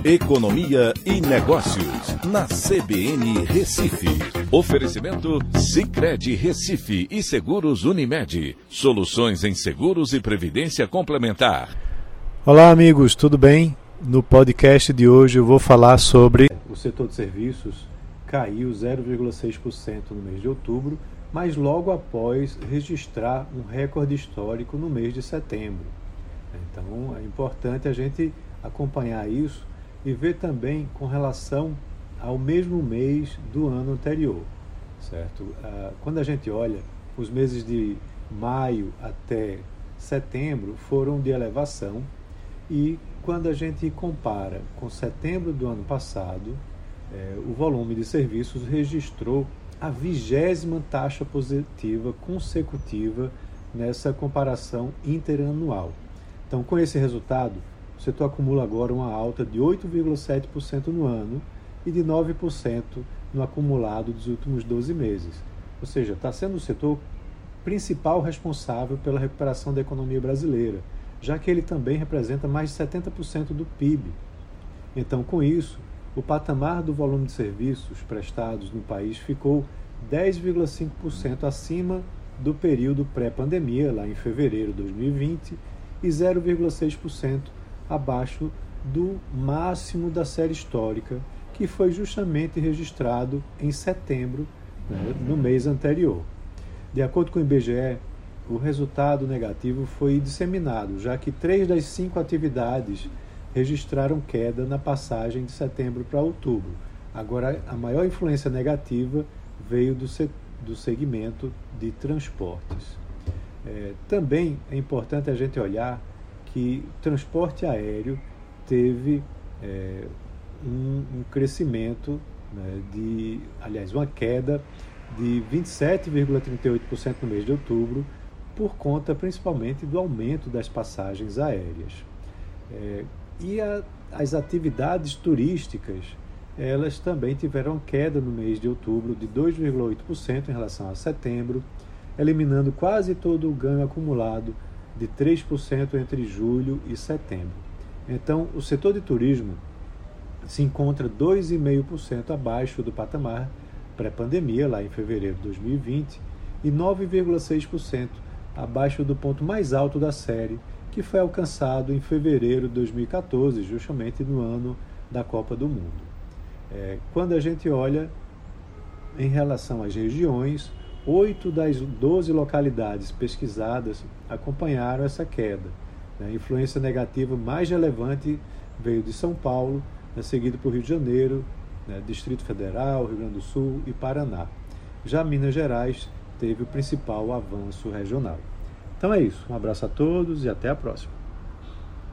Economia e Negócios, na CBN Recife. Oferecimento Sicredi Recife e Seguros Unimed. Soluções em seguros e previdência complementar. Olá amigos, tudo bem? No podcast de hoje eu vou falar sobre... O setor de serviços caiu 0,6% no mês de outubro, mas logo após registrar um recorde histórico no mês de setembro. Então é importante a gente acompanhar isso e ver também com relação ao mesmo mês do ano anterior, certo? Quando a gente olha, os meses de maio até setembro foram de elevação, e quando a gente compara com setembro do ano passado, o volume de serviços registrou a 20ª taxa positiva consecutiva nessa comparação interanual. Então, com esse resultado, o setor acumula agora uma alta de 8,7% no ano e de 9% no acumulado dos últimos 12 meses. Ou seja, está sendo o setor principal responsável pela recuperação da economia brasileira, já que ele também representa mais de 70% do PIB. Então, com isso, o patamar do volume de serviços prestados no país ficou 10,5% acima do período pré-pandemia, lá em fevereiro de 2020, e 0,6% abaixo do máximo da série histórica, que foi justamente registrado em setembro, no mês anterior. De acordo com o IBGE, o resultado negativo foi disseminado, já que 3 das 5 atividades registraram queda na passagem de setembro para outubro. Agora, a maior influência negativa veio do segmento de transportes. Também é importante a gente olhar que o transporte aéreo teve um crescimento, uma queda de 27,38% no mês de outubro, por conta principalmente do aumento das passagens aéreas. As atividades turísticas, elas também tiveram queda no mês de outubro de 2,8% em relação a setembro, eliminando quase todo o ganho acumulado de 3% entre julho e setembro. Então, o setor de turismo se encontra 2,5% abaixo do patamar pré-pandemia, lá em fevereiro de 2020, e 9,6% abaixo do ponto mais alto da série, que foi alcançado em fevereiro de 2014, justamente no ano da Copa do Mundo. Quando a gente olha em relação às regiões, 8 das 12 localidades pesquisadas acompanharam essa queda. A influência negativa mais relevante veio de São Paulo, seguido por Rio de Janeiro, Distrito Federal, Rio Grande do Sul e Paraná. Já Minas Gerais teve o principal avanço regional. Então é isso. Um abraço a todos e até a próxima.